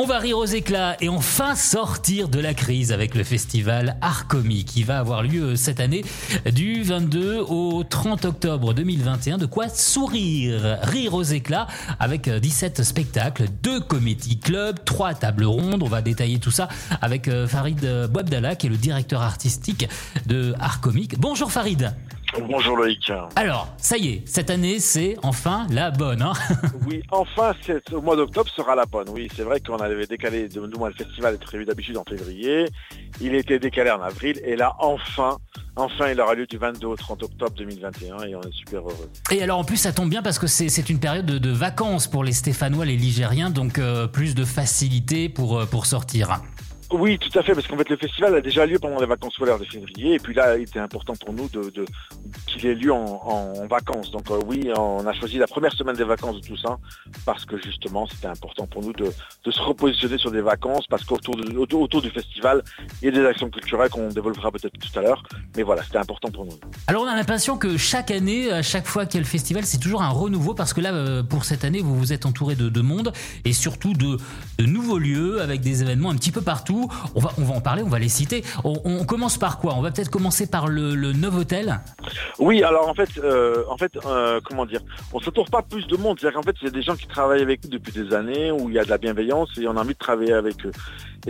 va rire aux éclats et enfin sortir de la crise avec le festival Arcomi qui va avoir lieu cette année du 22 au 30 octobre 2021. De quoi sourire, rire aux éclats avec 17 spectacles, 2 comedy clubs, 3 tables rondes. On va détailler tout ça avec Farid Bouabdallah qui est le directeur artistique de Arcomi. Bonjour Farid. Bonjour Loïc. Alors, ça y est, cette année, c'est enfin la bonne. Hein. Oui, enfin, au mois d'octobre sera la bonne. Oui, c'est vrai qu'on avait décalé, du moins le festival est prévu d'habitude en février. Il était décalé en avril. Et là, enfin, il aura lieu du 22 au 30 octobre 2021 et on est super heureux. Et alors, en plus, ça tombe bien parce que c'est une période de vacances pour les Stéphanois, les Ligériens, donc plus de facilité pour sortir. Oui, tout à fait, parce qu'en fait le festival a déjà lieu pendant les vacances scolaires de février, et puis là il était important pour nous qu'il ait lieu en vacances. Donc oui, on a choisi la première semaine des vacances de Toussaint, parce que justement c'était important pour nous de se repositionner sur des vacances, parce qu'autour du festival, il y a des actions culturelles qu'on développera peut-être tout à l'heure, mais voilà, c'était important pour nous. Alors on a l'impression que chaque année, à chaque fois qu'il y a le festival, c'est toujours un renouveau, parce que là, pour cette année, vous vous êtes entouré de monde, et surtout de nouveaux lieux, avec des événements un petit peu partout. On va en parler, on va les citer. On commence par quoi ? On va peut-être commencer par le Novotel. Oui, alors en fait, comment dire, on s'entoure pas plus de monde. C'est-à-dire qu'en fait, il y a des gens qui travaillent avec nous depuis des années, où il y a de la bienveillance et on a envie de travailler avec eux.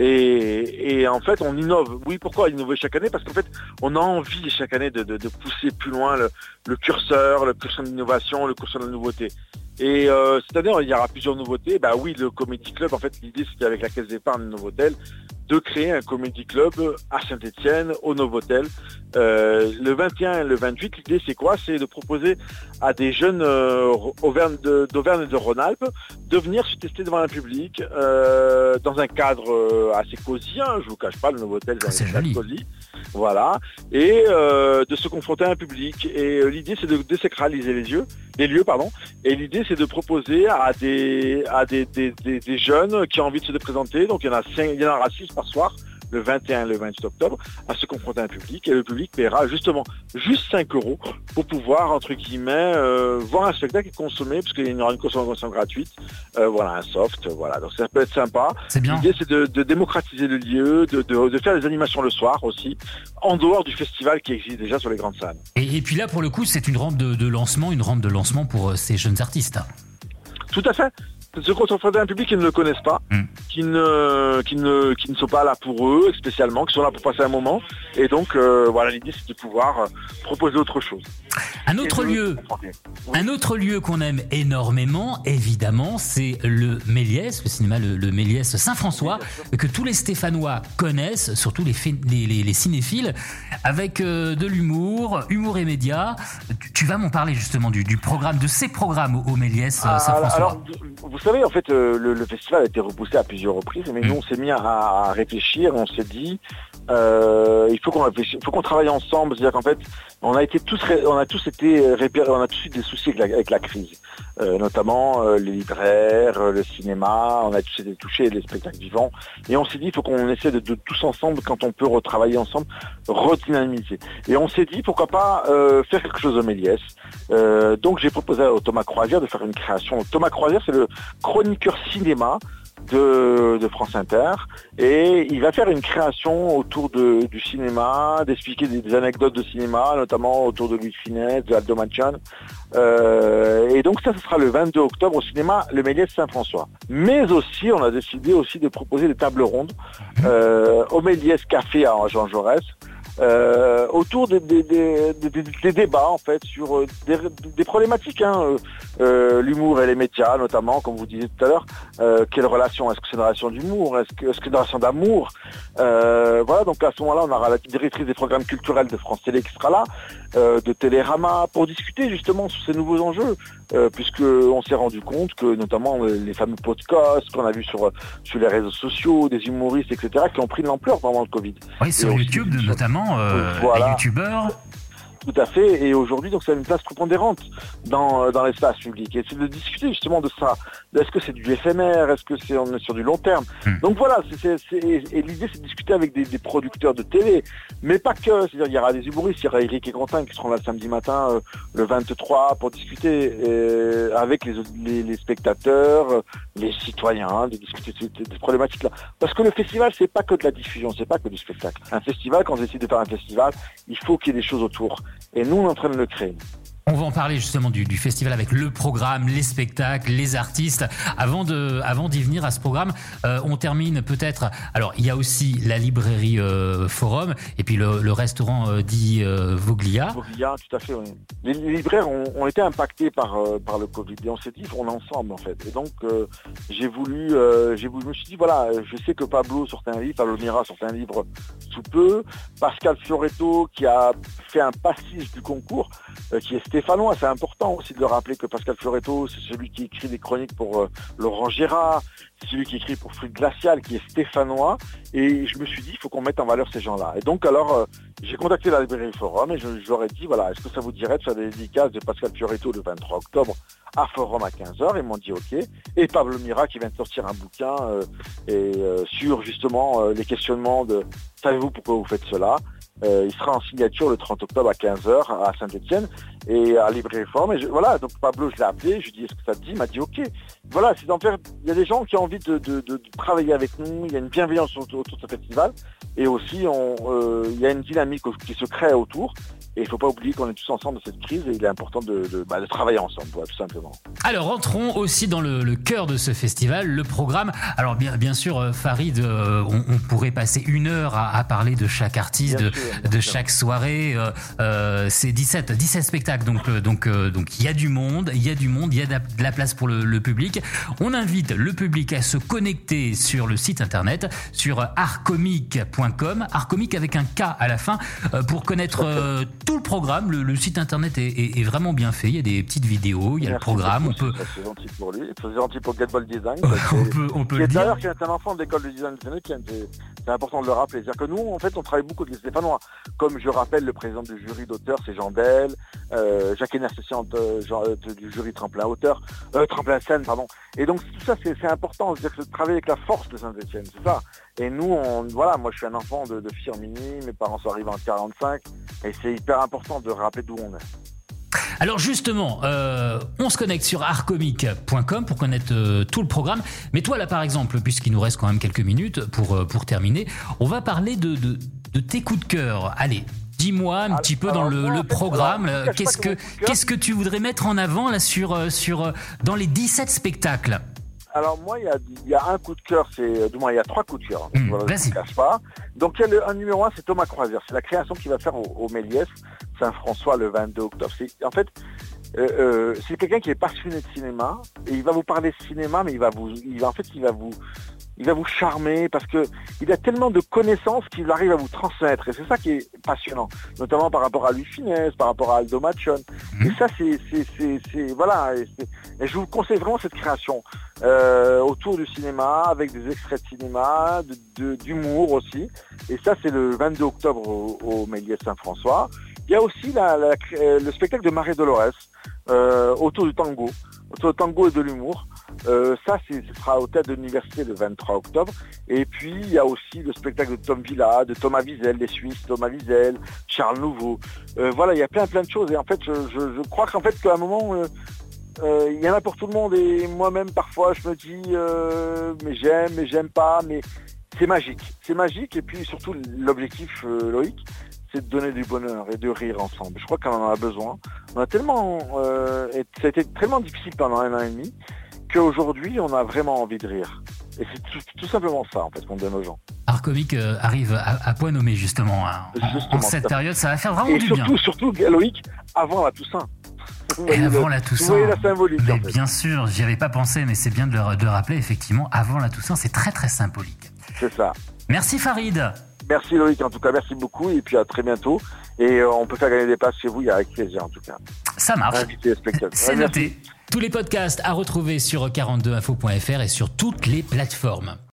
Et en fait, on innove. Oui, pourquoi innover chaque année ? Parce qu'en fait, on a envie chaque année de pousser plus loin le curseur d'innovation, le curseur de la nouveauté. Et cette année, il y aura plusieurs nouveautés. Bah oui, le Comedy Club, en fait, l'idée, c'était avec la Caisse d'épargne du Novotel, de créer un Comedy Club à Saint-Étienne, au Novotel. Le 21 et le 28, l'idée, c'est quoi ? C'est de proposer à des jeunes d'Auvergne et de Rhône-Alpes de venir se tester devant un public dans un cadre assez cosy. Hein, je vous cache pas, le Novotel, c'est joli. Cosy. Voilà. Et de se confronter à un public. Et l'idée, c'est de désacraliser les lieux. Et l'idée, c'est de proposer à des jeunes qui ont envie de se présenter. Donc, il y en aura 6 par soir, le 21 et le 28 octobre, à se confronter à un public. Et le public paiera juste 5 € pour pouvoir, entre guillemets, voir un spectacle et consommer, parce qu'il y aura une consommation gratuite. Voilà, un soft. Voilà. Donc, ça peut être sympa. C'est bien. L'idée, c'est de démocratiser le lieu, de faire des animations le soir aussi, en dehors du festival qui existe déjà sur les grandes salles. Et puis là, pour le coup, c'est une rampe de lancement pour ces jeunes artistes. Tout à fait. Se confronter à un public qui ne le connaissent pas, qui ne sont pas là pour eux spécialement, qui sont là pour passer un moment. Et donc, voilà, l'idée, c'est de pouvoir proposer autre chose. Un autre lieu qu'on aime énormément, évidemment, c'est le Méliès, le cinéma le Méliès Saint-François, que tous les Stéphanois connaissent, surtout les cinéphiles, avec de l'humour et médias. Tu vas m'en parler justement du programme, de ces programmes au Méliès Saint-François. Alors, vous savez, en fait, le festival a été repoussé à plusieurs reprises, mais nous, on s'est mis à réfléchir, on s'est dit, il faut qu'on travaille ensemble. C'est-à-dire qu'en fait, on a tous eu des soucis avec la crise, notamment les libraires, le cinéma, on a tous été touchés, les spectacles vivants, et on s'est dit, il faut qu'on essaie de tous ensemble, quand on peut retravailler ensemble, redynamiser. Et on s'est dit, pourquoi pas faire quelque chose au Méliès. Donc j'ai proposé à Thomas Croisière de faire une création. Thomas Croisière, c'est le chroniqueur cinéma de France Inter, et il va faire une création autour du cinéma, d'expliquer des anecdotes de cinéma, notamment autour de Louis de Funès, de Aldo Manchon. Et donc ça, ce sera le 22 octobre au cinéma Le Méliès Saint-François. Mais aussi, on a décidé aussi de proposer des tables rondes au Méliès Café à Jean Jaurès, autour des débats en fait sur des problématiques, l'humour et les médias notamment, comme vous disiez tout à l'heure. Quelle relation ? Est-ce que c'est une relation d'humour ? Est-ce que c'est une relation d'amour ? Voilà, donc à ce moment-là, on aura la directrice des programmes culturels de France Télé qui sera là, de Télérama, pour discuter justement sur ces nouveaux enjeux, puisque on s'est rendu compte que notamment les fameux podcasts qu'on a vus sur les réseaux sociaux, des humoristes, etc., qui ont pris de l'ampleur pendant le Covid. Oui, sur YouTube notamment, voilà. les youtubeurs. Tout à fait. Et aujourd'hui, donc, ça a une place prépondérante dans l'espace public. Et c'est de discuter justement de ça. Est-ce que c'est du éphémère? Est-ce que on est sur du long terme? Donc voilà. Et l'idée, c'est de discuter avec des producteurs de télé, mais pas que. C'est-à-dire, il y aura des humoristes, il y aura Eric et Quentin qui seront là le samedi matin, le 23, pour discuter avec les spectateurs, les citoyens, de discuter de ces problématiques-là. Parce que le festival, c'est pas que de la diffusion, c'est pas que du spectacle. Un festival, quand on décide de faire un festival, il faut qu'il y ait des choses autour. Et nous, on est en train de le créer. On va en parler justement du festival avec le programme, les spectacles, les artistes. Avant d'y venir à ce programme, on termine peut-être. Alors, il y a aussi la librairie Forum et puis le restaurant dit Voglia. Voglia, tout à fait, oui. Les libraires ont été impactés par le Covid et on s'est dit, on est ensemble en fait. Et donc, je me suis dit, voilà, je sais que Pablo Mira sortait un livre sous peu. Pascal Fioretto qui a fait un passage du concours, qui est stéphanois. C'est important aussi de le rappeler que Pascal Fioretto, c'est celui qui écrit des chroniques pour Laurent Gérard, c'est celui qui écrit pour Fluide Glacial, qui est stéphanois. Et je me suis dit, il faut qu'on mette en valeur ces gens-là. Et donc, alors, j'ai contacté la librairie Forum et je leur ai dit, voilà, est-ce que ça vous dirait de faire des dédicaces de Pascal Fioretto le 23 octobre à Forum à 15h? Ils m'ont dit OK. Et Pablo Mira qui vient de sortir un bouquin sur justement les questionnements de « Savez-vous pourquoi vous faites cela ?» Il sera en signature le 30 octobre à 15h à Saint-Etienne et à Librairie Forum. Et voilà, donc Pablo, je l'ai appelé, je lui ai dit est-ce que ça te dit? Il m'a dit OK. Voilà, c'est d'en faire. Il y a des gens qui ont envie de travailler avec nous, il y a une bienveillance autour de ce festival et aussi il y a une dynamique qui se crée autour. Et il ne faut pas oublier qu'on est tous ensemble dans cette crise et il est important de travailler ensemble, voilà, tout simplement. Alors, rentrons aussi dans le cœur de ce festival, le programme. Alors, bien sûr, Farid, on pourrait passer 1 heure à parler de chaque artiste, de chaque soirée. C'est 17 spectacles, donc il y a du monde, il y a de la place pour le public. On invite le public à se connecter sur le site internet, sur artcomic.com, artcomic avec un K à la fin, pour connaître tout le programme. Le site internet est vraiment bien fait. Il y a des petites vidéos, il y a le programme. C'est gentil pour lui, c'est gentil pour Get Ball Design. on peut le dire. D'ailleurs, qui est un enfant de l'école de design de Saint-Etienne, c'est important de le rappeler. C'est-à-dire que nous, en fait, on travaille beaucoup avec les Stéphanois. Comme je rappelle, le président du jury d'auteur, c'est Jean Del, Jacques Hénard-Sessian du jury Tremplin Scène, pardon. Et donc tout ça, c'est important. C'est-à-dire que travailler avec la force de Saint-Etienne, c'est ça. Et nous, moi, je suis un enfant de Firminy, mes parents sont arrivés en 45, et c'est hyper important de rappeler d'où on est. Alors justement, on se connecte sur artcomic.com pour connaître tout le programme. Mais toi là par exemple, puisqu'il nous reste quand même quelques minutes pour terminer, on va parler de tes coups de cœur. Allez, dis-moi un petit peu dans le programme, qu'est-ce que tu voudrais mettre en avant là dans les 17 spectacles? Alors moi, il y a un coup de cœur, du moins il y a 3 coups de cœur. Vas-y. Je ne cache pas. Donc il y a un numéro 1, c'est Thomas Croisière. C'est la création qu'il va faire au Méliès Saint-François le 22 octobre. C'est quelqu'un qui est passionné de cinéma et il va vous parler de cinéma, mais il va vous charmer parce que il a tellement de connaissances qu'il arrive à vous transmettre et c'est ça qui est passionnant, notamment par rapport à Louis Funès, par rapport à Aldo Machon. Et ça voilà. Et je vous conseille vraiment cette création autour du cinéma avec des extraits de cinéma, d'humour aussi. Et ça c'est le 22 octobre au Méliès Saint-François. Il y a aussi le spectacle de Marie Dolores autour du tango et de l'humour. Ce sera au Théâtre de l'Université le 23 octobre. Et puis, il y a aussi le spectacle de Tom Villa, de Thomas Wiesel, les Suisses, Thomas Wiesel, Charles Nouveau. Voilà, il y a plein de choses. Et en fait, je crois qu'à un moment, il y en a pour tout le monde. Et moi-même, parfois, je me dis, mais j'aime pas. Mais c'est magique. C'est magique. Et puis, surtout, l'objectif, Loïc, c'est de donner du bonheur et de rire ensemble. Je crois qu'on en a besoin. Ça a été tellement difficile pendant 1 an et demi qu'aujourd'hui, on a vraiment envie de rire. Et c'est tout simplement ça, en fait, qu'on donne aux gens. Artcomic arrive à point nommé, justement. En cette période, ça va faire vraiment du bien. Et surtout, Loïc, avant la Toussaint. Avant la Toussaint. Vous voyez la symbolique. Mais en fait. Bien sûr, j'y avais pas pensé, mais c'est bien de le rappeler, effectivement. Avant la Toussaint, c'est très, très symbolique. C'est ça. Merci, Farid. Merci, Loïc. En tout cas, merci beaucoup. Et puis, à très bientôt. Et on peut faire gagner des places chez vous. Il y a avec plaisir, en tout cas. Ça marche. C'est noté. Merci. Tous les podcasts à retrouver sur 42info.fr et sur toutes les plateformes.